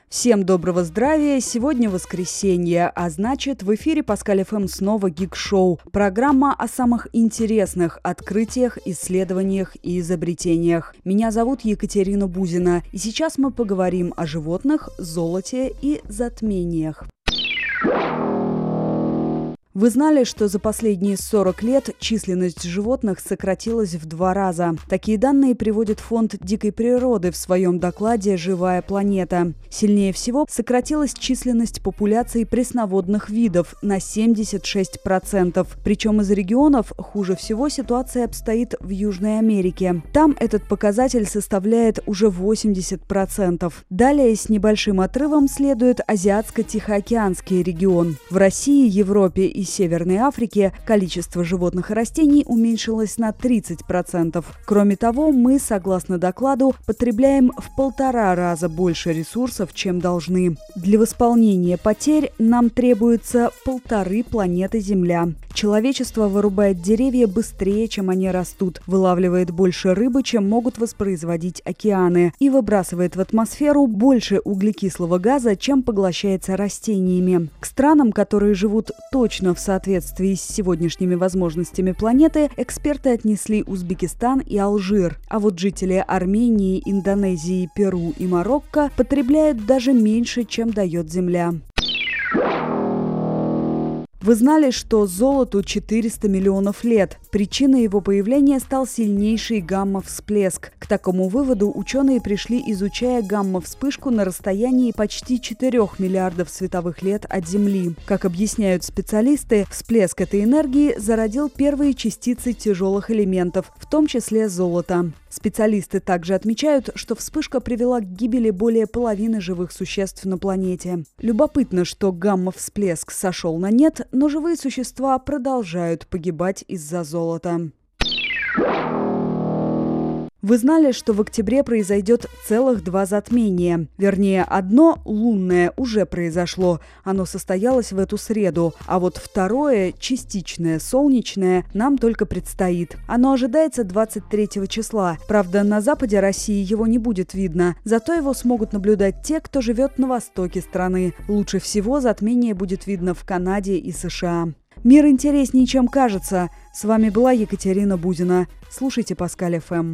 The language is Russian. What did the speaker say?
Всем доброго здравия! Сегодня воскресенье, а значит, в эфире Паскаль ФМ снова Гик-шоу. Программа о самых интересных открытиях, исследованиях и изобретениях. Меня зовут Екатерина Бузина, и сейчас мы поговорим о животных, золоте и затмениях. Вы знали, что за последние 40 лет численность животных сократилась в 2 раза? Такие данные приводит Фонд дикой природы в своем докладе «Живая планета». Сильнее всего сократилась численность популяции пресноводных видов на 76%. Причем из регионов хуже всего ситуация обстоит в Южной Америке. Там этот показатель составляет уже 80%. Далее с небольшим отрывом следует Азиатско-Тихоокеанский регион. В России, Европе и Северной Африке количество животных и растений уменьшилось на 30%. Кроме того, мы, согласно докладу, потребляем в 1,5 раза больше ресурсов, чем должны. Для восполнения потерь нам требуется 1,5 планеты Земля. Человечество вырубает деревья быстрее, чем они растут, вылавливает больше рыбы, чем могут воспроизводить океаны, и выбрасывает в атмосферу больше углекислого газа, чем поглощается растениями. К странам, которые живут точно в соответствии с сегодняшними возможностями планеты, эксперты отнесли Узбекистан и Алжир. А вот жители Армении, Индонезии, Перу и Марокко потребляют даже меньше, чем дает Земля. Вы знали, что золоту 400 миллионов лет? Причиной его появления стал сильнейший гамма-всплеск. К такому выводу ученые пришли, изучая гамма-вспышку на расстоянии почти 4 миллиардов световых лет от Земли. Как объясняют специалисты, всплеск этой энергии зародил первые частицы тяжелых элементов, в том числе золота. Специалисты также отмечают, что вспышка привела к гибели более половины живых существ на планете. Любопытно, что гамма-всплеск сошел на нет, но живые существа продолжают погибать из-за золота. Вы знали, что в октябре произойдет целых 2 затмения? Вернее, одно лунное уже произошло. Оно состоялось в эту среду. А вот второе, частичное, солнечное, нам только предстоит. Оно ожидается 23 числа. Правда, на западе России его не будет видно. Зато его смогут наблюдать те, кто живет на востоке страны. Лучше всего затмение будет видно в Канаде и США. Мир интереснее, чем кажется. С вами была Екатерина Бузина. Слушайте Паскаль ФМ.